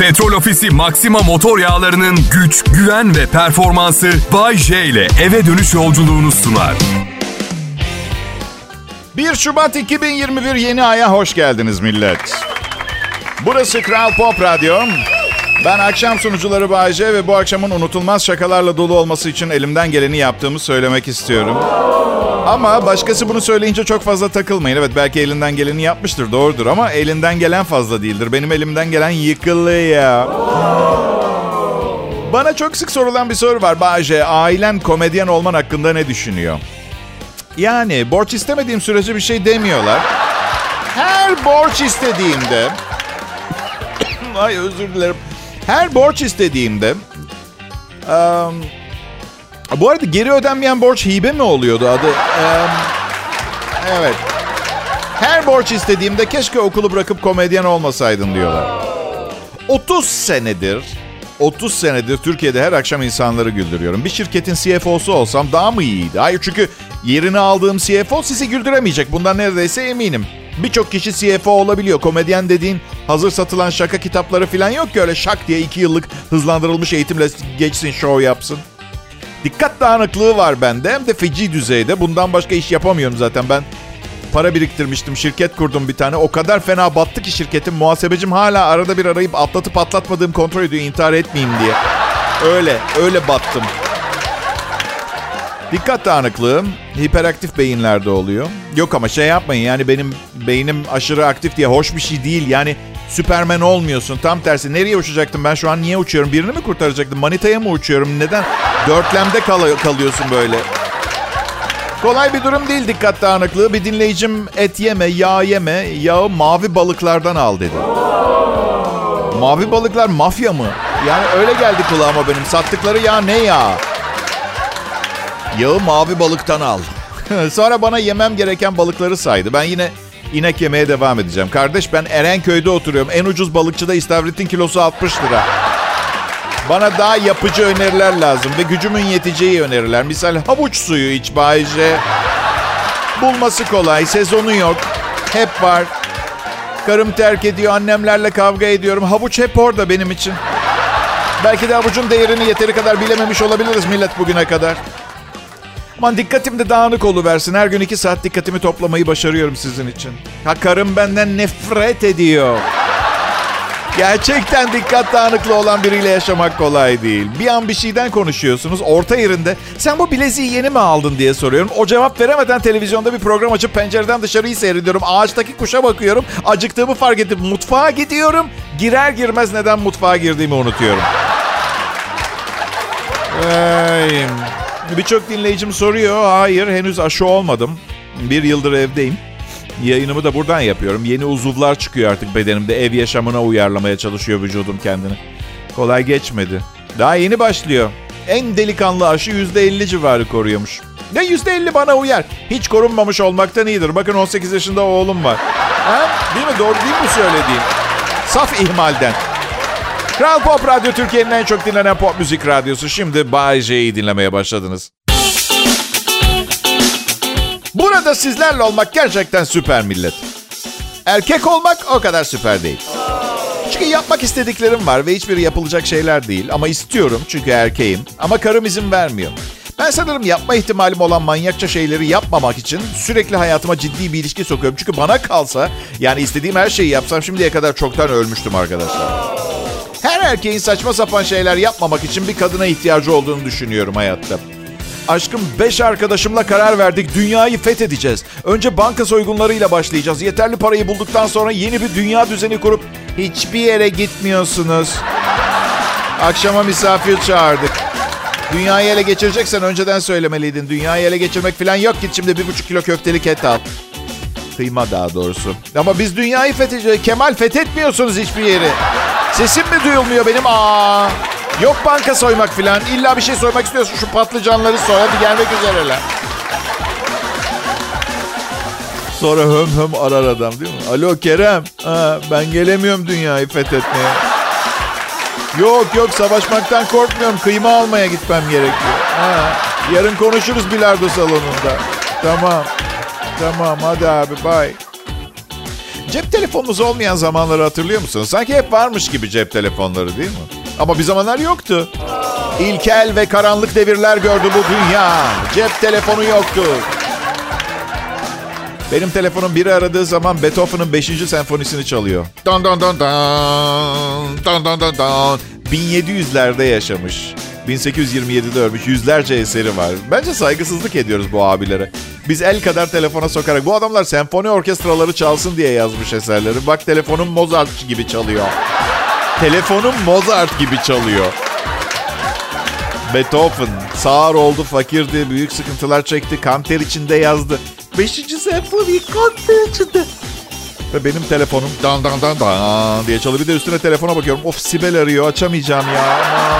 Petrol Ofisi Maxima motor yağlarının güç, güven ve performansı Bay J ile eve dönüş yolculuğunu sunar. 1 Şubat 2021 yeni aya hoş geldiniz millet. Burası Kral Pop Radyo. Ben akşam sunucuları Bay J ve bu akşamın unutulmaz şakalarla dolu olması için elimden geleni yaptığımı söylemek istiyorum. Ama başkası bunu söyleyince çok fazla takılmayın. Evet, belki elinden geleni yapmıştır, doğrudur, ama elinden gelen fazla değildir. Benim elimden gelen yıkılıyor. Bana çok sık sorulan bir soru var. Bay J, ailen komedyen olman hakkında ne düşünüyor? Yani borç istemediğim sürece bir şey demiyorlar. Her borç istediğimde... Ay, özür dilerim. Her borç istediğimde... Bu arada geri ödenmeyen borç hibe mi oluyordu adı? Evet. Her borç istediğimde keşke okulu bırakıp komedyen olmasaydın diyorlar. 30 senedir Türkiye'de her akşam insanları güldürüyorum. Bir şirketin CFO'su olsam daha mı iyiydi? Hayır, çünkü yerini aldığım CFO sizi güldüremeyecek. Bundan neredeyse eminim. Birçok kişi CFO olabiliyor. Komedyen dediğin hazır satılan şaka kitapları falan yok ki öyle şak diye 2 yıllık hızlandırılmış eğitimle geçsin, show yapsın. Dikkat dağınıklığı var bende, hem de feci düzeyde. Bundan başka iş yapamıyorum zaten. Ben para biriktirmiştim, şirket kurdum bir tane. O kadar fena battı ki şirketim, muhasebecim hala arada bir arayıp atlatıp atlatmadığım kontrol ediyor, intihar etmeyeyim diye. Öyle battım. Dikkat dağınıklığı hiperaktif beyinlerde oluyor. Yok ama şey yapmayın, yani benim beynim aşırı aktif diye hoş bir şey değil. Yani Süpermen olmuyorsun. Tam tersi, nereye uçacaktım ben şu an, niye uçuyorum? Birini mi kurtaracaktım? Manitaya mı uçuyorum? Neden? Dörtlemde kalıyorsun böyle. Kolay bir durum değil dikkat dağınıklığı. Bir dinleyicim et yeme, yağ yeme, yağı mavi balıklardan al dedi. Mavi balıklar mafya mı? Yani öyle geldi kulağıma benim. Sattıkları yağ ne yağ? Yağı mavi balıktan al. Sonra bana yemem gereken balıkları saydı. Ben yine inek yemeye devam edeceğim. Kardeş, ben Erenköy'de oturuyorum. En ucuz balıkçıda istavritin kilosu 60 lira. Bana daha yapıcı öneriler lazım ve gücümün yeteceği öneriler. Misal havuç suyu iç Bay J. Bulması kolay, sezonu yok. Hep var. Karım terk ediyor, annemlerle kavga ediyorum. Havuç hep orada benim için. Belki de havucun değerini yeteri kadar bilememiş olabiliriz millet bugüne kadar. Aman dikkatim de dağınık oluversin. Her gün 2 saat dikkatimi toplamayı başarıyorum sizin için. Ha, karım benden nefret ediyor. Gerçekten dikkat dağınıklığı olan biriyle yaşamak kolay değil. Bir an bir şeyden konuşuyorsunuz. Orta yerinde sen bu bileziği yeni mi aldın diye soruyorum. O cevap veremeden televizyonda bir program açıp pencereden dışarıyı seyrediyorum. Ağaçtaki kuşa bakıyorum. Acıktığımı fark edip mutfağa gidiyorum. Girer girmez neden mutfağa girdiğimi unutuyorum. Birçok dinleyicim soruyor. Hayır, henüz aşı olmadım. 1 yıldır evdeyim. Yayınımı da buradan yapıyorum. Yeni uzuvlar çıkıyor artık bedenimde. Ev yaşamına uyarlamaya çalışıyor vücudum kendini. Kolay geçmedi. Daha yeni başlıyor. En delikanlı aşı %50 civarı koruyormuş. Ne %50 bana uyar. Hiç korunmamış olmaktan iyidir. Bakın 18 yaşında oğlum var. Ha? Değil mi? Doğru değil mi söylediğim? Saf ihmalden. Kral Pop Radyo, Türkiye'nin en çok dinlenen pop müzik radyosu. Şimdi Bay J'yi dinlemeye başladınız. Burada sizlerle olmak gerçekten süper millet. Erkek olmak o kadar süper değil. Çünkü yapmak istediklerim var ve hiçbiri yapılacak şeyler değil. Ama istiyorum çünkü erkeğim. Ama karım izin vermiyor. Ben sanırım yapma ihtimalim olan manyakça şeyleri yapmamak için sürekli hayatıma ciddi bir ilişki sokuyorum. Çünkü bana kalsa, yani istediğim her şeyi yapsam şimdiye kadar çoktan ölmüştüm arkadaşlar. Her erkeğin saçma sapan şeyler yapmamak için bir kadına ihtiyacı olduğunu düşünüyorum hayatta. Aşkım, 5 arkadaşımla karar verdik. Dünyayı fethedeceğiz. Önce banka soygunlarıyla başlayacağız. Yeterli parayı bulduktan sonra yeni bir dünya düzeni kurup hiçbir yere gitmiyorsunuz. Akşama misafir çağırdık. Dünyayı ele geçireceksen önceden söylemeliydin. Dünyayı ele geçirmek falan yok. Git şimdi 1,5 kilo köftelik et al. Kıyma daha doğrusu. Ama biz dünyayı fethedeceğiz. Kemal, fethetmiyorsunuz hiçbir yeri. Sesim mi duyulmuyor benim? Yok banka soymak filan. İlla bir şey soymak istiyorsun. Şu patlıcanları soy. Hadi gelmek üzereler. Sonra höm arar adam değil mi? Alo Kerem. Ben gelemiyorum dünyayı fethetmeye. Yok savaşmaktan korkmuyorum. Kıyma almaya gitmem gerekiyor. Yarın konuşuruz bilardo salonunda. Tamam hadi abi bye. Cep telefonunuz olmayan zamanları hatırlıyor musunuz? Sanki hep varmış gibi cep telefonları, değil mi? Ama bir zamanlar yoktu. İlkel ve karanlık devirler gördü bu dünya. Cep telefonu yoktu. Benim telefonum biri aradığı zaman Beethoven'ın 5. senfonisini çalıyor. Don don don don, don don don don. 1700'lerde yaşamış. 1827'de ölmüş. Yüzlerce eseri var. Bence saygısızlık ediyoruz bu abilere. Biz el kadar telefona sokarak... Bu adamlar senfoni orkestraları çalsın diye yazmış eserleri. Bak telefonum Mozart gibi çalıyor. Telefonum Mozart gibi çalıyor. Beethoven sağır oldu, fakirdi, büyük sıkıntılar çekti, kan ter içinde yazdı. 5. senfoni kan ter içinde. Ve benim telefonum dan dan dan dan diye çalıyor. Bir de üstüne telefona bakıyorum. Of, Sibel arıyor, açamayacağım ya.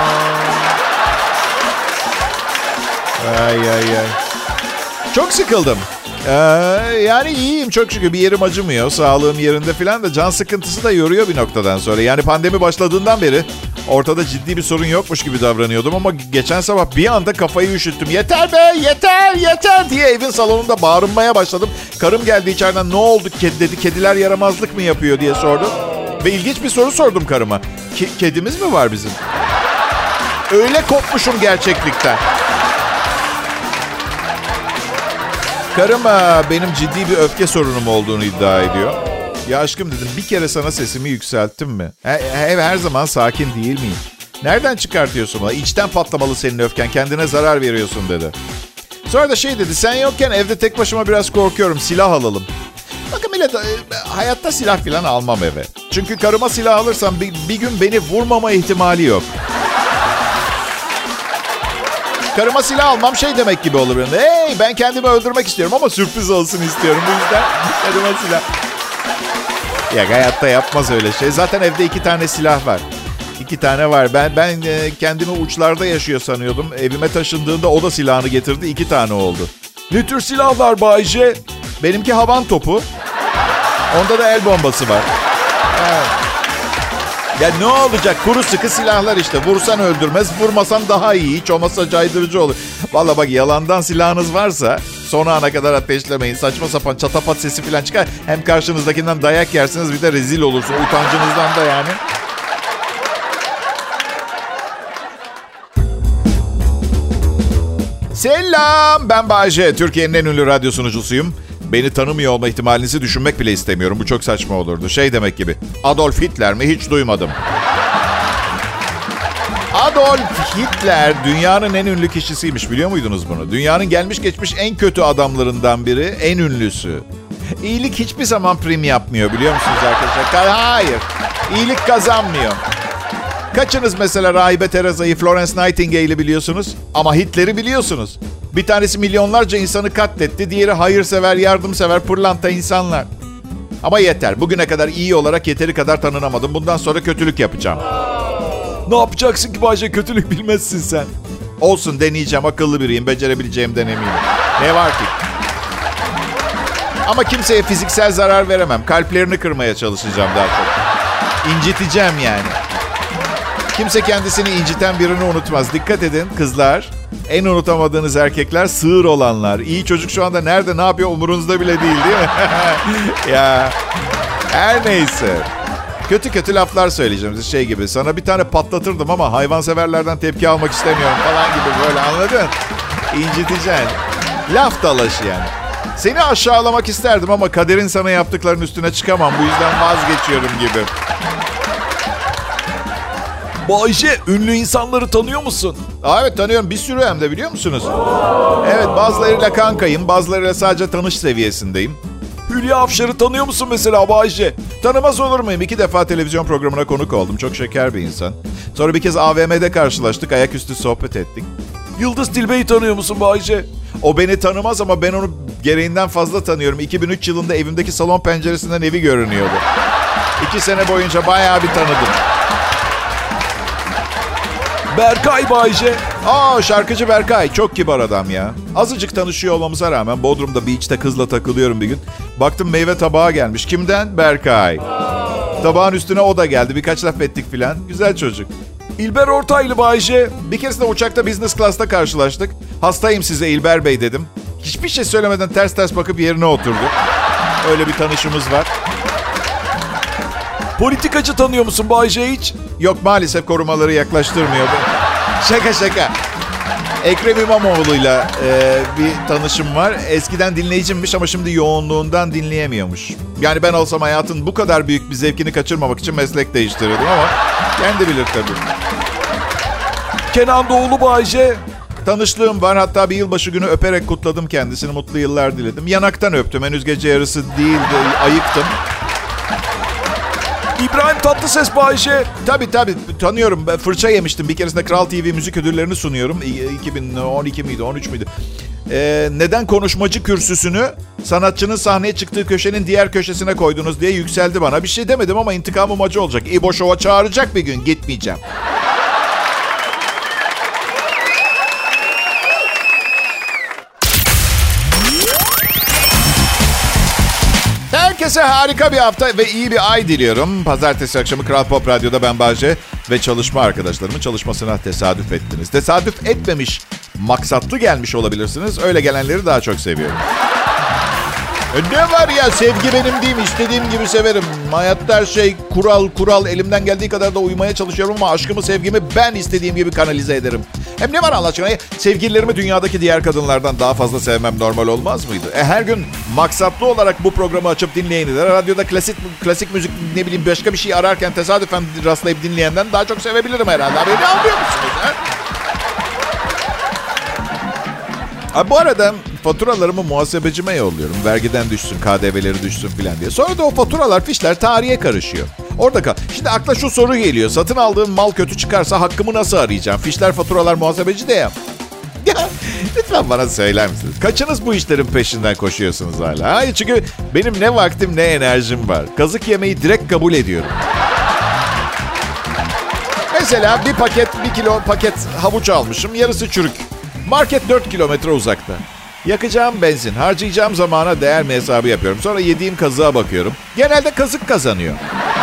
Ay ay ay. Çok sıkıldım. Yani iyiyim çok şükür. Bir yerim acımıyor. Sağlığım yerinde falan da can sıkıntısı da yoruyor bir noktadan sonra. Yani pandemi başladığından beri ortada ciddi bir sorun yokmuş gibi davranıyordum ama geçen sabah bir anda kafayı üşüttüm. Yeter be, yeter, yeter diye evin salonunda bağırmaya başladım. Karım geldi içeriden, ne oldu dedi, kediler yaramazlık mı yapıyor diye sordu. Ve ilginç bir soru sordum karıma. Kedimiz mi var bizim? Öyle kopmuşum gerçeklikten. Karım benim ciddi bir öfke sorunum olduğunu iddia ediyor. Ya aşkım dedim, bir kere sana sesimi yükselttim mi? Her zaman sakin değil miyim? Nereden çıkartıyorsun bunu? İçten patlamalı senin öfken, kendine zarar veriyorsun dedi. Sonra da dedi, sen yokken evde tek başıma biraz korkuyorum, silah alalım. Bakın millet, hayatta silah falan almam eve. Çünkü karıma silah alırsam bir gün beni vurmama ihtimali yok. Karıma silah almam demek gibi olur. Hey, ben kendimi öldürmek istiyorum ama sürpriz olsun istiyorum. Bu yüzden karıma silah. Ya hayatta yapmaz öyle şey. Zaten evde 2 tane silah var. 2 tane var. Ben kendimi uçlarda yaşıyor sanıyordum. Evime taşındığında o da silahını getirdi. 2 tane oldu. Ne tür silahlar Bay J? Benimki havan topu. Onda da el bombası var. Evet. Ya ne olacak? Kuru sıkı silahlar işte. Vursan öldürmez, vurmasan daha iyi. Hiç olmazsa caydırıcı olur. Vallahi bak, yalandan silahınız varsa son ana kadar ateşlemeyin. Saçma sapan çatapat sesi falan çıkar. Hem karşınızdakinden dayak yersiniz, bir de rezil olursun. Utancınızdan da yani. Selam, ben Bayce. Türkiye'nin en ünlü radyo sunucusuyum. Beni tanımıyor olma ihtimalinizi düşünmek bile istemiyorum. Bu çok saçma olurdu. Demek gibi. Adolf Hitler mi? Hiç duymadım. Adolf Hitler dünyanın en ünlü kişisiymiş. Biliyor muydunuz bunu? Dünyanın gelmiş geçmiş en kötü adamlarından biri. En ünlüsü. İyilik hiçbir zaman prim yapmıyor, biliyor musunuz arkadaşlar? Hayır. İyilik kazanmıyor. Kaçınız mesela Rahibe Teresa'yı, Florence Nightingale'i biliyorsunuz? Ama Hitler'i biliyorsunuz. Bir tanesi milyonlarca insanı katletti. Diğeri hayırsever, yardımsever, pırlanta insanlar. Ama yeter. Bugüne kadar iyi olarak yeteri kadar tanınamadım. Bundan sonra kötülük yapacağım. Ne yapacaksın ki Bayce? Kötülük bilmezsin sen. Olsun, deneyeceğim. Akıllı biriyim. Becerebileceğimden eminim. Ne var ki? Ama kimseye fiziksel zarar veremem. Kalplerini kırmaya çalışacağım daha çok. İnciteceğim yani. Kimse kendisini inciten birini unutmaz. Dikkat edin kızlar. En unutamadığınız erkekler sığır olanlar. İyi çocuk şu anda nerede, ne yapıyor umurunuzda bile değil mi? Ya. Her neyse. Kötü laflar söyleyeceğim. Gibi. Sana bir tane patlatırdım ama hayvanseverlerden tepki almak istemiyorum falan gibi, böyle, anladın? İnciteceksin. Laf dalaşı yani. Seni aşağılamak isterdim ama kaderin sana yaptıklarının üstüne çıkamam. Bu yüzden vazgeçiyorum gibi. Bayce, ünlü insanları tanıyor musun? Evet, tanıyorum. Bir sürü hem de, biliyor musunuz? Evet, bazılarıyla kankayım, bazılarıyla sadece tanış seviyesindeyim. Hülya Avşar'ı tanıyor musun mesela Bayce? Tanımaz olur muyum? 2 defa televizyon programına konuk oldum. Çok şeker bir insan. Sonra bir kez AVM'de karşılaştık. Ayaküstü sohbet ettik. Yıldız Tilbe'yi tanıyor musun Bayce? O beni tanımaz ama ben onu gereğinden fazla tanıyorum. 2003 yılında evimdeki salon penceresinden evi görünüyordu. 2 sene boyunca bayağı bir tanıdım. Berkay Bayce. Şarkıcı Berkay. Çok kibar adam ya. Azıcık tanışıyor olmamıza rağmen Bodrum'da beach'te kızla takılıyorum bir gün. Baktım meyve tabağı gelmiş. Kimden? Berkay. Tabağın üstüne o da geldi. Birkaç laf ettik filan. Güzel çocuk. İlber Ortaylı Bayce. Bir keresinde uçakta business class'ta karşılaştık. Hastayım size İlber Bey dedim. Hiçbir şey söylemeden ters bakıp yerine oturdu. Öyle bir tanışımız var. Politikacı tanıyor musun Bay J hiç? Yok maalesef korumaları yaklaştırmıyor. Şaka. Ekrem İmamoğlu'yla bir tanışım var. Eskiden dinleyicimmiş ama şimdi yoğunluğundan dinleyemiyormuş. Yani ben olsam hayatın bu kadar büyük bir zevkini kaçırmamak için meslek değiştirirdim ama kendi bilir tabii. Kenan Doğulu Bay J. Tanışlığım var. Hatta bir yılbaşı günü öperek kutladım kendisini. Mutlu yıllar diledim. Yanaktan öptüm. Henüz gece yarısı değildi. Ayıktım. İbrahim Tatlıses Bay J. Tabii tanıyorum. Ben fırça yemiştim. Bir keresinde Kral TV müzik ödüllerini sunuyorum. 2012 miydi 13 müydü? Neden konuşmacı kürsüsünü sanatçının sahneye çıktığı köşenin diğer köşesine koydunuz diye yükseldi bana. Bir şey demedim ama intikamım acı olacak. İbo Show'a çağıracak bir gün. Gitmeyeceğim. Herkese harika bir hafta ve iyi bir ay diliyorum. Pazartesi akşamı Kral Pop Radyo'da ben Bahçe ve çalışma arkadaşlarımın çalışmasına tesadüf ettiniz. Tesadüf etmemiş, maksatlı gelmiş olabilirsiniz. Öyle gelenleri daha çok seviyorum. Ne var ya, sevgi benim değil mi? İstediğim gibi severim. Hayatta her şey kural. Elimden geldiği kadar da uymaya çalışıyorum ama aşkımı, sevgimi ben istediğim gibi kanalize ederim. Hem ne var Allah aşkına? Sevgililerimi dünyadaki diğer kadınlardan daha fazla sevmem normal olmaz mıydı? Her gün maksatlı olarak bu programı açıp dinleyenler, radyoda klasik müzik, ne bileyim başka bir şey ararken tesadüfen rastlayıp dinleyenden daha çok sevebilirim herhalde. Abi ne anlıyor musunuz ha? Bu arada faturalarımı muhasebecime yolluyorum. Vergiden düşsün, KDV'leri düşsün filan diye. Sonra da o faturalar, fişler tarihe karışıyor. Orada kal. Şimdi akla şu soru geliyor. Satın aldığım mal kötü çıkarsa hakkımı nasıl arayacağım? Fişler, faturalar muhasebeci de ya. Ya lütfen bana söyler misiniz? Kaçınız bu işlerin peşinden koşuyorsunuz hala? Hayır, çünkü benim ne vaktim ne enerjim var. Kazık yemeyi direkt kabul ediyorum. Mesela bir kilo paket havuç almışım. Yarısı çürük. Market 4 kilometre uzakta. Yakacağım benzin, harcayacağım zamana değer mi hesabı yapıyorum. Sonra yediğim kazığa bakıyorum. Genelde kazık kazanıyor.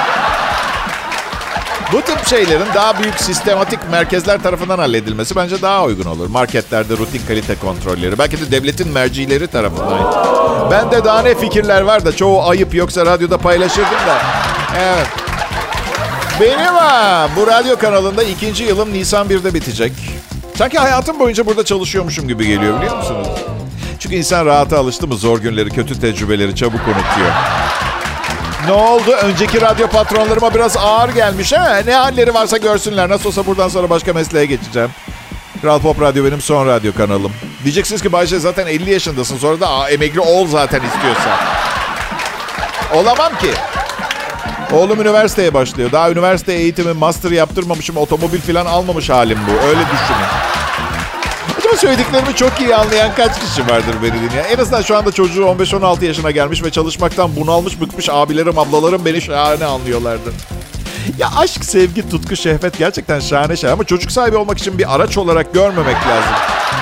Bu tip şeylerin daha büyük sistematik merkezler tarafından halledilmesi bence daha uygun olur. Marketlerde rutin kalite kontrolleri. Belki de devletin mercileri tarafından. Bende daha ne fikirler var da çoğu ayıp, yoksa radyoda paylaşırdım da. Evet. Benim bu radyo kanalında 2. yılım Nisan 1'de bitecek. Sanki hayatım boyunca burada çalışıyormuşum gibi geliyor, biliyor musunuz? Çünkü insan rahata alıştı mı zor günleri, kötü tecrübeleri çabuk unutuyor. Ne oldu? Önceki radyo patronlarıma biraz ağır gelmiş ha? Ne halleri varsa görsünler. Nasıl olsa buradan sonra başka mesleğe geçeceğim. Kral Pop Radyo benim son radyo kanalım. Diyeceksiniz ki Bayce zaten 50 yaşındasın. Sonra da emekli ol zaten istiyorsan. Olamam ki. Oğlum üniversiteye başlıyor. Daha üniversite eğitimi, master yaptırmamışım, otomobil falan almamış halim bu. Öyle düşünün. Acaba söylediklerimi çok iyi anlayan kaç kişi vardır beni dinleyen? En azından şu anda çocuğu 15-16 yaşına gelmiş ve çalışmaktan bunalmış, bıkmış abilerim, ablalarım beni şahane anlıyorlardır. Ya aşk, sevgi, tutku, şehvet gerçekten şahane şey ama çocuk sahibi olmak için bir araç olarak görmemek lazım.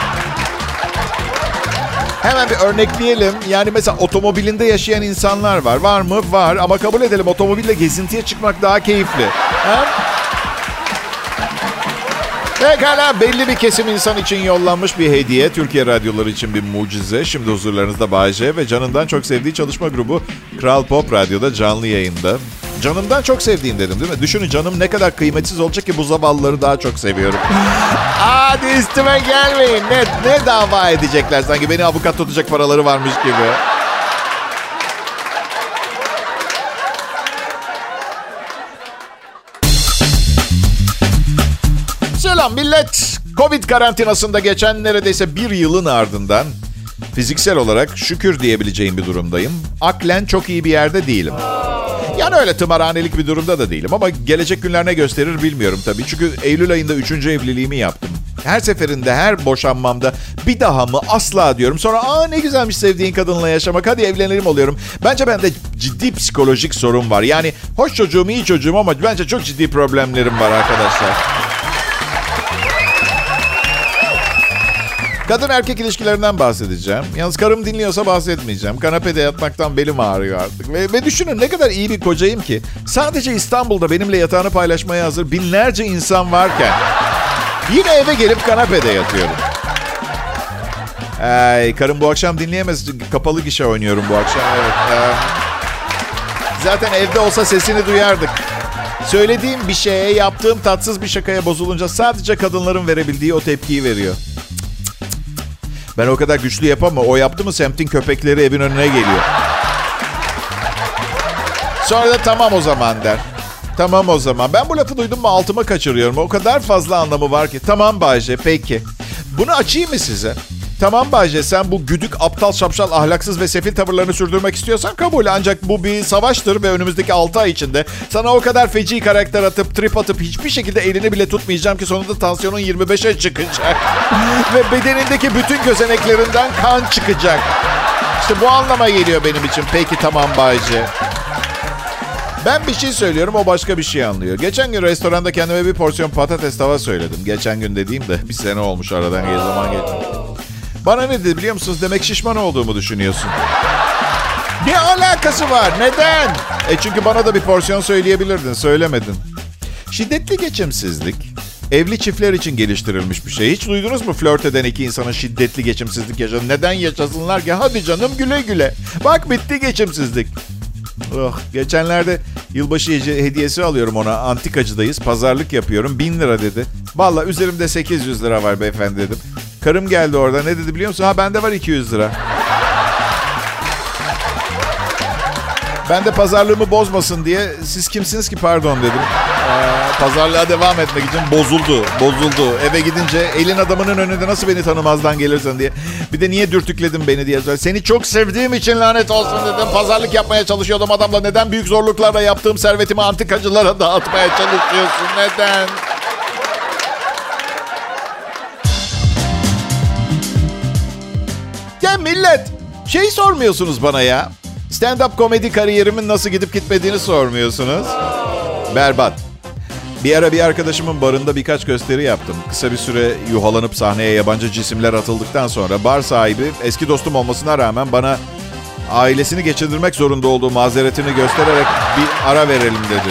Hemen bir örnekleyelim. Yani mesela otomobilinde yaşayan insanlar var. Var mı? Var. Ama kabul edelim, otomobille gezintiye çıkmak daha keyifli. Ha? Pekala, belli bir kesim insan için yollanmış bir hediye. Türkiye radyoları için bir mucize. Şimdi huzurlarınızda Bayce ve canından çok sevdiği çalışma grubu Kral Pop Radyo'da canlı yayında. Canımdan çok sevdiğim dedim değil mi? Düşünün, canım ne kadar kıymetsiz olacak ki bu zavallıları daha çok seviyorum. Hadi üstüme gelmeyin. Ne dava edecekler, sanki beni avukat tutacak paraları varmış gibi. Selam millet. Covid karantinasında geçen neredeyse bir yılın ardından fiziksel olarak şükür diyebileceğim bir durumdayım. Aklen çok iyi bir yerde değilim. Yani öyle tımarhanelik bir durumda da değilim ama gelecek günler ne gösterir bilmiyorum tabii. Çünkü Eylül ayında 3. evliliğimi yaptım. Her seferinde, her boşanmamda bir daha mı asla diyorum. Sonra ne güzelmiş sevdiğin kadınla yaşamak, hadi evlenelim oluyorum. Bence bende ciddi psikolojik sorun var. Yani hoş çocuğum, iyi çocuğum ama bence çok ciddi problemlerim var arkadaşlar. Kadın erkek ilişkilerinden bahsedeceğim. Yalnız karım dinliyorsa bahsetmeyeceğim. Kanepede yatmaktan belim ağrıyor artık. Ve düşünün ne kadar iyi bir kocayım ki. Sadece İstanbul'da benimle yatağını paylaşmaya hazır binlerce insan varken yine eve gelip kanepede yatıyorum. Karım bu akşam dinleyemez. Kapalı gişe oynuyorum bu akşam. Evet. Zaten evde olsa sesini duyardık. Söylediğim bir şeye, yaptığım tatsız bir şakaya bozulunca sadece kadınların verebildiği o tepkiyi veriyor. Ben o kadar güçlü yapamam. O yaptı mı semtin köpekleri evin önüne geliyor. Sonra da tamam o zaman der. Tamam o zaman. Ben bu lafı duydum mu altıma kaçırıyorum. O kadar fazla anlamı var ki. Tamam Bayce, peki. Bunu açayım mı size? Tamam Bayce, sen bu güdük, aptal, şapşal, ahlaksız ve sefil tavırlarını sürdürmek istiyorsan kabul. Ancak bu bir savaştır ve önümüzdeki 6 ay içinde sana o kadar feci karakter atıp, trip atıp hiçbir şekilde elini bile tutmayacağım ki sonunda tansiyonun 25'e çıkacak. Ve bedenindeki bütün gözeneklerinden kan çıkacak. İşte bu anlama geliyor benim için. Peki tamam Bayce. Ben bir şey söylüyorum, o başka bir şey anlıyor. Geçen gün restoranda kendime bir porsiyon patates tava söyledim. Geçen gün dediğim de bir sene olmuş, aradan zaman geçmiş. Bana ne dedi biliyor musunuz? Demek şişman olduğumu düşünüyorsun. Ne alakası var? Neden? Çünkü bana da bir porsiyon söyleyebilirdin. Söylemedin. Şiddetli geçimsizlik evli çiftler için geliştirilmiş bir şey. Hiç duydunuz mu flört eden iki insanın şiddetli geçimsizlik yaşadığını? Neden yaşasınlar ki? Hadi canım, güle güle. Bak bitti geçimsizlik. Geçenlerde yılbaşı hediyesi alıyorum ona. Antikacıdayız. Pazarlık yapıyorum. 1000 lira dedi. Vallahi üzerimde 800 lira var beyefendi dedim. Karım geldi orada. Ne dedi biliyor musun? Ha, bende var 200 lira. Ben de pazarlığımı bozmasın diye siz kimsiniz ki pardon dedim. Pazarlığa devam etmek için bozuldu. Eve gidince elin adamının önünde nasıl beni tanımazdan gelirsin diye. Bir de niye dürtükledin beni diye söyledi. Seni çok sevdiğim için lanet olsun dedim. Pazarlık yapmaya çalışıyordum adamla. Neden büyük zorluklarla yaptığım servetimi antikacılara dağıtmaya çalışıyorsun? Neden? Ya millet, sormuyorsunuz bana ya. Stand-up komedi kariyerimin nasıl gidip gitmediğini sormuyorsunuz. Berbat. Bir ara bir arkadaşımın barında birkaç gösteri yaptım. Kısa bir süre yuhalanıp sahneye yabancı cisimler atıldıktan sonra bar sahibi eski dostum olmasına rağmen bana ailesini geçindirmek zorunda olduğu mazeretini göstererek bir ara verelim dedi.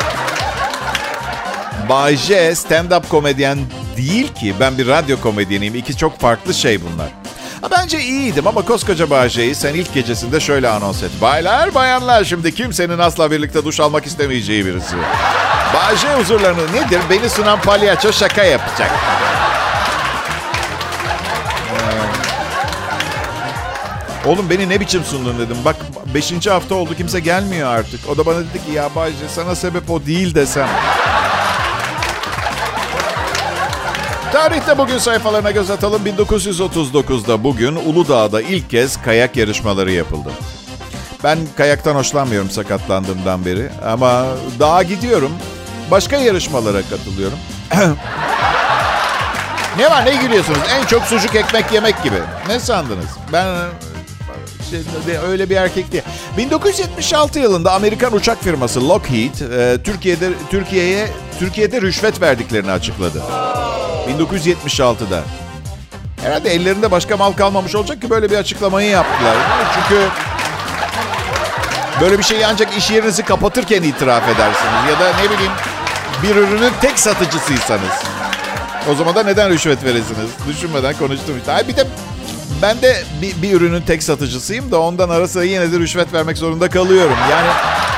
Bay J stand-up komedyen değil ki. Ben bir radyo komedyeniyim. İki çok farklı şey bunlar. Bence iyiydim ama koskoca Bay J'yi sen ilk gecesinde şöyle anons et. Baylar, bayanlar, şimdi kimsenin asla birlikte duş almak istemeyeceği birisi. Bay J huzurlarını nedir? Beni sunan palyaço şaka yapacak. Oğlum beni ne biçim sundun dedim. Bak 5. hafta oldu, kimse gelmiyor artık. O da bana dedi ki ya Bay J, sana sebep o değil desem. Tarihte bugün sayfalarına göz atalım. 1939'da bugün Uludağ'da ilk kez kayak yarışmaları yapıldı. Ben kayaktan hoşlanmıyorum sakatlandığımdan beri. Ama dağa gidiyorum. Başka yarışmalara katılıyorum. Ne var, ne gülüyorsunuz? En çok sucuk ekmek yemek gibi. Ne sandınız? Ben öyle bir erkek değil. 1976 yılında Amerikan uçak firması Lockheed Türkiye'de rüşvet verdiklerini açıkladı. 1976'da. Herhalde ellerinde başka mal kalmamış olacak ki böyle bir açıklamayı yaptılar. Çünkü böyle bir şeyi ancak iş yerinizi kapatırken itiraf edersiniz. Ya da ne bileyim bir ürünün tek satıcısıysanız. O zaman da neden rüşvet veresiniz? Düşünmeden konuştum işte. Bir de ben de bir ürünün tek satıcısıyım da ondan ara sıra yine de rüşvet vermek zorunda kalıyorum. Yani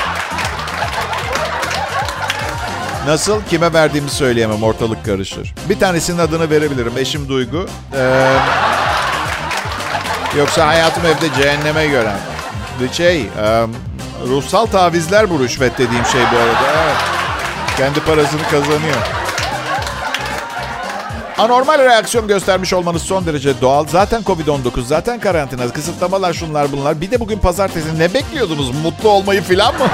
nasıl? Kime verdiğimi söyleyemem. Ortalık karışır. Bir tanesinin adını verebilirim. Eşim Duygu. Yoksa hayatım evde cehenneme gören. Ruhsal tavizler bu rüşvet dediğim şey bu arada. Evet. Kendi parasını kazanıyor. Anormal reaksiyon göstermiş olmanız son derece doğal. Zaten Covid-19, zaten karantina, kısıtlamalar, şunlar bunlar. Bir de bugün pazartesi. Ne bekliyordunuz? Mutlu olmayı falan mı?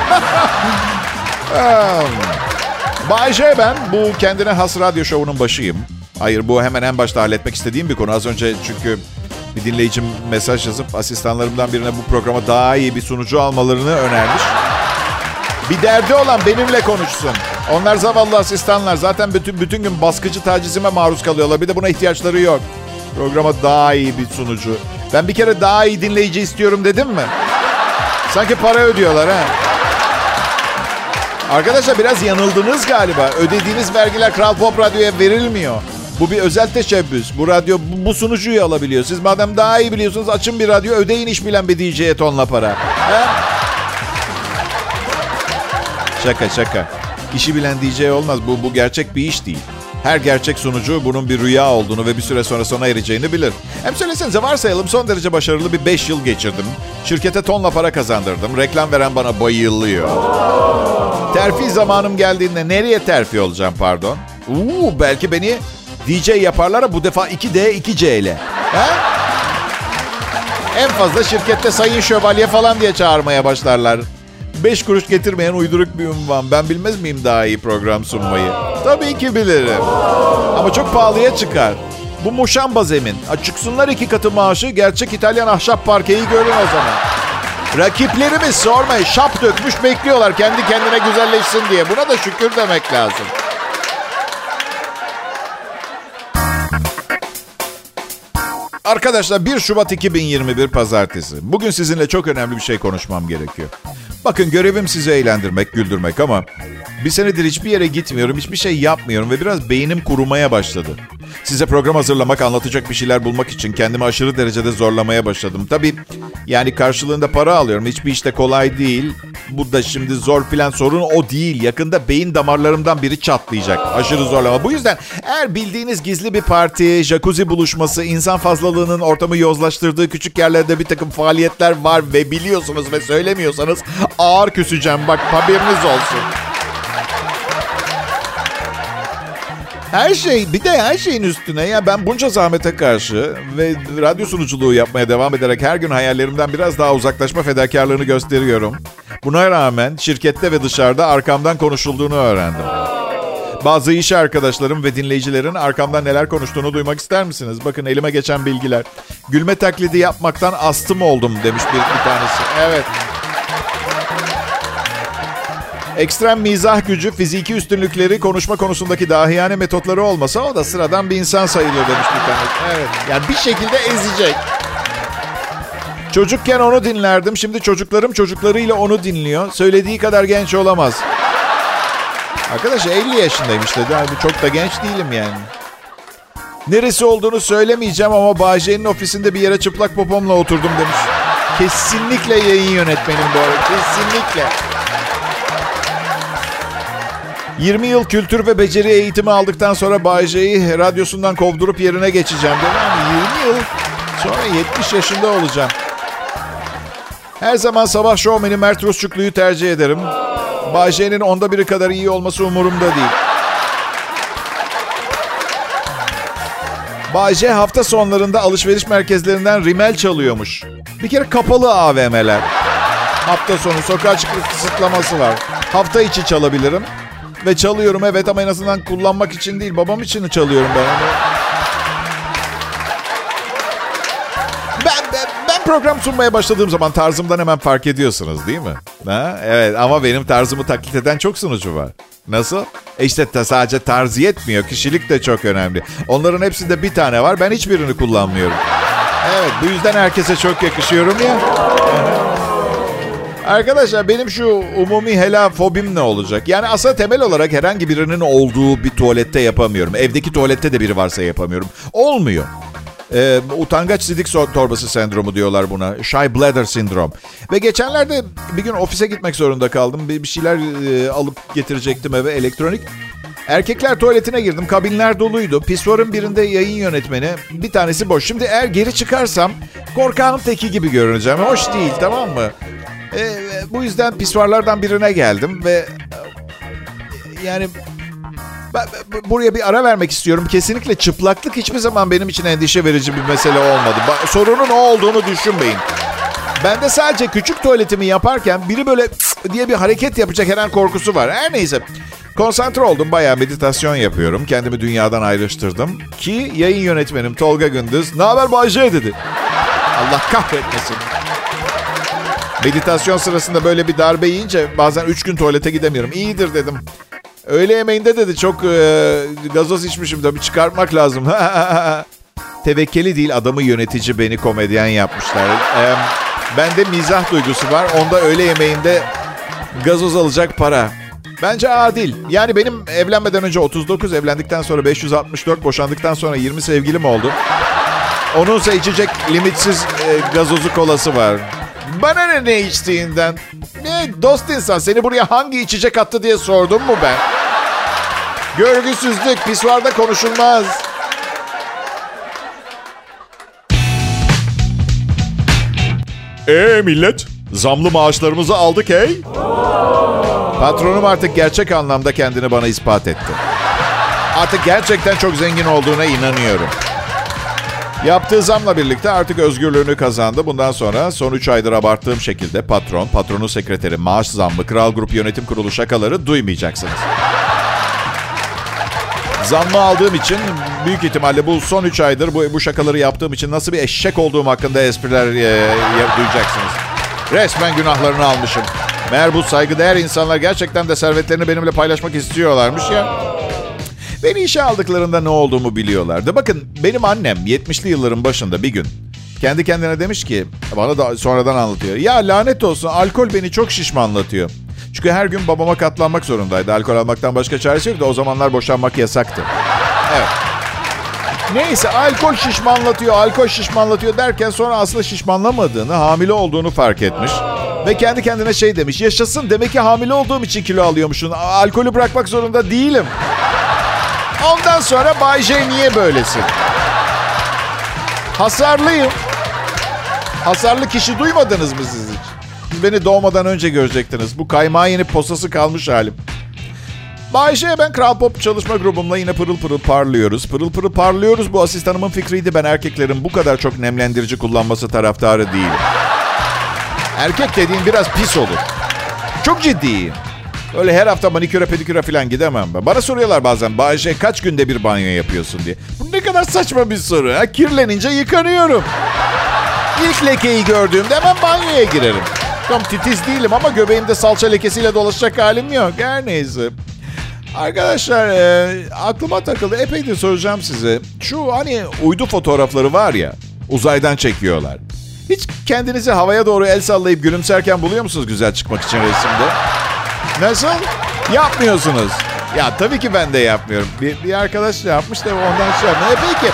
Bay J ben. Bu kendine has radyo şovunun başıyım. Hayır, bu hemen en başta halletmek istediğim bir konu. Az önce çünkü bir dinleyicim mesaj yazıp asistanlarımdan birine bu programa daha iyi bir sunucu almalarını önermiş. Bir derdi olan benimle konuşsun. Onlar zavallı asistanlar. Zaten bütün gün baskıcı tacizime maruz kalıyorlar. Bir de buna ihtiyaçları yok. Programa daha iyi bir sunucu. Ben bir kere daha iyi dinleyici istiyorum dedim mi? Sanki para ödüyorlar ha. Arkadaşlar biraz yanıldınız galiba. Ödediğiniz vergiler Kral Pop Radyo'ya verilmiyor. Bu bir özel teşebbüs. Bu radyo bu sunucuyu alabiliyor. Siz madem daha iyi biliyorsunuz açın bir radyo, ödeyin iş bilen bir DJ'ye tonla para. Ha? Şaka. İşi bilen DJ olmaz. Bu gerçek bir iş değil. Her gerçek sunucu bunun bir rüya olduğunu ve bir süre sonra sona ereceğini bilir. Hem söylesenize, varsayalım son derece başarılı bir 5 yıl geçirdim. Şirkete tonla para kazandırdım. Reklam veren bana bayılıyor. Terfi zamanım geldiğinde nereye terfi olacağım pardon? Belki beni DJ yaparlar, bu defa 2D 2C ile. En fazla şirkette Sayın Şövalye falan diye çağırmaya başlarlar. 5 kuruş getirmeyen uyduruk bir ünvan. Ben bilmez miyim daha iyi program sunmayı? Tabii ki bilirim. Ama çok pahalıya çıkar. Bu muşamba zemin. Çıksınlar 2 katı maaşı, gerçek İtalyan ahşap parkeyi görün o zaman. Rakiplerimiz sormayın, şap dökmüş bekliyorlar kendi kendine güzelleşsin diye. Buna da şükür demek lazım. Arkadaşlar 1 Şubat 2021 Pazartesi. Bugün sizinle çok önemli bir şey konuşmam gerekiyor. Bakın, görevim sizi eğlendirmek, güldürmek ama bir senedir hiçbir yere gitmiyorum, hiçbir şey yapmıyorum ve biraz beynim kurumaya başladı. Size program hazırlamak, anlatacak bir şeyler bulmak için kendimi aşırı derecede zorlamaya başladım. Tabii yani karşılığında para alıyorum. Hiçbir işte kolay değil. Bu da şimdi zor filan, sorun o değil. Yakında beyin damarlarımdan biri çatlayacak. Aşırı zorlama. Bu yüzden eğer bildiğiniz gizli bir parti, jacuzzi buluşması, insan fazlalığının ortamı yozlaştırdığı küçük yerlerde bir takım faaliyetler var ve biliyorsunuz ve söylemiyorsanız ağır küseceğim. Bak, haberiniz olsun. Her şeyin üstüne ya ben bunca zahmete karşı ve radyo sunuculuğu yapmaya devam ederek her gün hayallerimden biraz daha uzaklaşma fedakarlığını gösteriyorum. Buna rağmen şirkette ve dışarıda arkamdan konuşulduğunu öğrendim. Bazı iş arkadaşlarım ve dinleyicilerin arkamdan neler konuştuğunu duymak ister misiniz? Bakın, elime geçen bilgiler. Gülme taklidi yapmaktan astım oldum demiş bir tanesi. Evet. Ekstrem mizah gücü, fiziki üstünlükleri, konuşma konusundaki dahiyane metotları olmasa o da sıradan bir insan sayılır demiş bir tanesi. Evet. Yani bir şekilde ezecek. Çocukken onu dinlerdim. Şimdi çocuklarım çocuklarıyla onu dinliyor. Söylediği kadar genç olamaz. Arkadaş 50 yaşındayım işte. Yani çok da genç değilim yani. Neresi olduğunu söylemeyeceğim ama Bahçe'nin ofisinde bir yere çıplak popomla oturdum demiş. Kesinlikle yayın yönetmenim bu arada. Kesinlikle. 20 yıl kültür ve beceri eğitimi aldıktan sonra Bahçe'yi radyosundan kovdurup yerine geçeceğim dedim. Yani 20 yıl sonra 70 yaşında olacağım. Her zaman sabah şovmeni Mert Rusçuklu'yu tercih ederim. Bahçe'nin 1/10 kadar iyi olması umurumda değil. Bahçe hafta sonlarında alışveriş merkezlerinden rimel çalıyormuş. Bir kere kapalı AVM'ler. Hafta sonu sokağa çıkıp kısıtlaması var. Hafta içi çalabilirim. Ve çalıyorum evet, ama en azından kullanmak için değil, babam için çalıyorum ben onu. Ben program sunmaya başladığım zaman tarzımdan hemen fark ediyorsunuz değil mi? Ha? Evet, ama benim tarzımı taklit eden çok sunucu var. Nasıl? İşte sadece tarzı yetmiyor, kişilik de çok önemli. Onların hepsinde bir tane var, ben hiçbirini kullanmıyorum. Evet, bu yüzden herkese çok yakışıyorum ya. Arkadaşlar benim şu umumi helal fobim ne olacak? Yani aslında temel olarak herhangi birinin olduğu bir tuvalette yapamıyorum. Evdeki tuvalette de biri varsa yapamıyorum. Olmuyor. Utangaç sidik torbası sendromu diyorlar buna. Shy bladder sindrom. Ve geçenlerde bir gün ofise gitmek zorunda kaldım. Bir şeyler alıp getirecektim eve, elektronik. Erkekler tuvaletine girdim. Kabinler doluydu. Pisuarın birinde yayın yönetmeni. Bir tanesi boş. Şimdi eğer geri çıkarsam korkağın teki gibi görüneceğim. Hoş değil, tamam mı? Bu yüzden pisuarlardan birine geldim ve yani buraya bir ara vermek istiyorum. Kesinlikle çıplaklık hiçbir zaman benim için endişe verici bir mesele olmadı. Sorunun o olduğunu düşünmeyin. Ben de sadece küçük tuvaletimi yaparken biri böyle diye bir hareket yapacak her an korkusu var. Her neyse. Konsantre oldum. Bayağı meditasyon yapıyorum. Kendimi dünyadan ayrıştırdım. Ki yayın yönetmenim Tolga Gündüz, "Ne haber Bayce?" dedi. Allah kahretmesin. Meditasyon sırasında böyle bir darbe yiyince bazen 3 gün tuvalete gidemiyorum. İyidir dedim. Öğle yemeğinde dedi çok gazoz içmişim de bir çıkartmak lazım. Tevekkeli değil, adamı yönetici, beni komedyen yapmışlar. Bende mizah duygusu var. Onda öğle yemeğinde gazoz alacak para. Bence adil. Yani benim evlenmeden önce 39, evlendikten sonra 564, boşandıktan sonra 20 sevgilim oldu. Onunsa içecek limitsiz gazozu kolası var. Bana ne içtiğinden? Dost insan, seni buraya hangi içecek attı diye sordum mu ben? Görgüsüzlük, pisuarda konuşulmaz. Millet, zamlı maaşlarımızı aldık hey. Patronum artık gerçek anlamda kendini bana ispat etti. Artık gerçekten çok zengin olduğuna inanıyorum. Yaptığı zamla birlikte artık özgürlüğünü kazandı. Bundan sonra son 3 aydır abarttığım şekilde patronun sekreteri, maaş zammı, Kral Grup Yönetim Kurulu şakaları duymayacaksınız. Zammı aldığım için büyük ihtimalle bu son 3 aydır bu şakaları yaptığım için nasıl bir eşek olduğum hakkında espriler duyacaksınız. Resmen günahlarını almışım. Meğer bu saygıdeğer insanlar gerçekten de servetlerini benimle paylaşmak istiyorlarmış ya. Beni işe aldıklarında ne olduğumu biliyorlardı. Bakın benim annem 70'li yılların başında bir gün kendi kendine demiş ki, bana da sonradan anlatıyor. Ya lanet olsun, alkol beni çok şişmanlatıyor. Çünkü her gün babama katlanmak zorundaydı. Alkol almaktan başka çaresi yoktu. O zamanlar boşanmak yasaktı. Evet. Neyse, alkol şişmanlatıyor derken sonra aslında şişmanlamadığını, hamile olduğunu fark etmiş. Ve kendi kendine şey demiş. Yaşasın, demek ki hamile olduğum için kilo alıyormuşsun. Alkolü bırakmak zorunda değilim. Ondan sonra Bay J niye böylesin? Hasarlıyım. Hasarlı kişi duymadınız mı siz hiç? Siz beni doğmadan önce görecektiniz. Bu kaymağı yenip posası kalmış halim. Bay J, ben Kral Pop çalışma grubumla yine pırıl pırıl parlıyoruz. Pırıl pırıl parlıyoruz. Bu asistanımın fikriydi. Ben erkeklerin bu kadar çok nemlendirici kullanması taraftarı değilim. Erkek dediğin biraz pis olur. Çok ciddiyim. Öyle her hafta maniküre pediküre falan gidemem ben. Bana soruyorlar bazen, Bay J kaç günde bir banyo yapıyorsun diye. Bu ne kadar saçma bir soru. Ha? Kirlenince yıkanıyorum. İlk lekeyi gördüğümde hemen banyoya girerim. Tam titiz değilim ama göbeğimde salça lekesiyle dolaşacak halim yok. Her neyse. Arkadaşlar aklıma takıldı. Epeydir soracağım size. Şu hani uydu fotoğrafları var ya, uzaydan çekiyorlar. Hiç kendinizi havaya doğru el sallayıp gülümserken buluyor musunuz güzel çıkmak için resimde? Nasıl? Yapmıyorsunuz. Ya tabii ki ben de yapmıyorum. Bir arkadaş yapmış da ondan şey yapmıyor. Peki.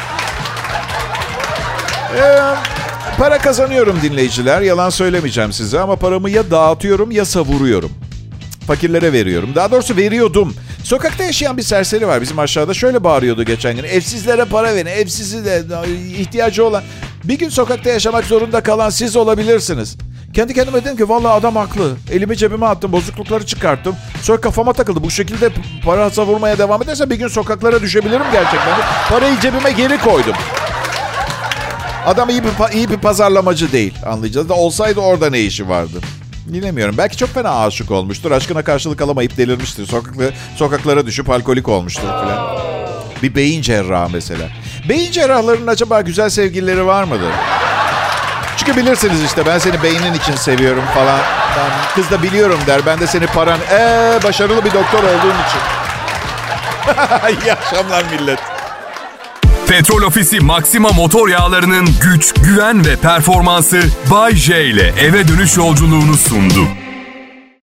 Para kazanıyorum dinleyiciler. Yalan söylemeyeceğim size ama paramı ya dağıtıyorum ya savuruyorum. Fakirlere veriyorum. Daha doğrusu veriyordum. Sokakta yaşayan bir serseri var bizim aşağıda. Şöyle bağırıyordu geçen gün. Evsizlere para verin. Evsizi de ihtiyacı olan. Bir gün sokakta yaşamak zorunda kalan siz olabilirsiniz. Kendi kendime dedim ki vallahi adam haklı. Elimi cebime attım, bozuklukları çıkarttım. Sonra kafama takıldı. Bu şekilde para savurmaya devam ederse bir gün sokaklara düşebilirim gerçekten. Parayı cebime geri koydum. Adam iyi bir pazarlamacı değil, anlayacağız da olsaydı orada ne işi vardı? Bilemiyorum. Belki çok fena aşık olmuştur. Aşkına karşılık alamayıp delirmiştir. Sokaklara düşüp alkolik olmuştur falan. Bir beyin cerrahı mesela. Beyin cerrahlarının acaba güzel sevgilileri var mıdır? Çünkü bilirsiniz işte, ben seni beynin için seviyorum falan. Kız da biliyorum der. Ben de seni paran başarılı bir doktor olduğun için. İyi akşamlar millet. Petrol Ofisi Maxima motor yağlarının güç, güven ve performansı Bay J ile eve dönüş yolculuğunu sundu.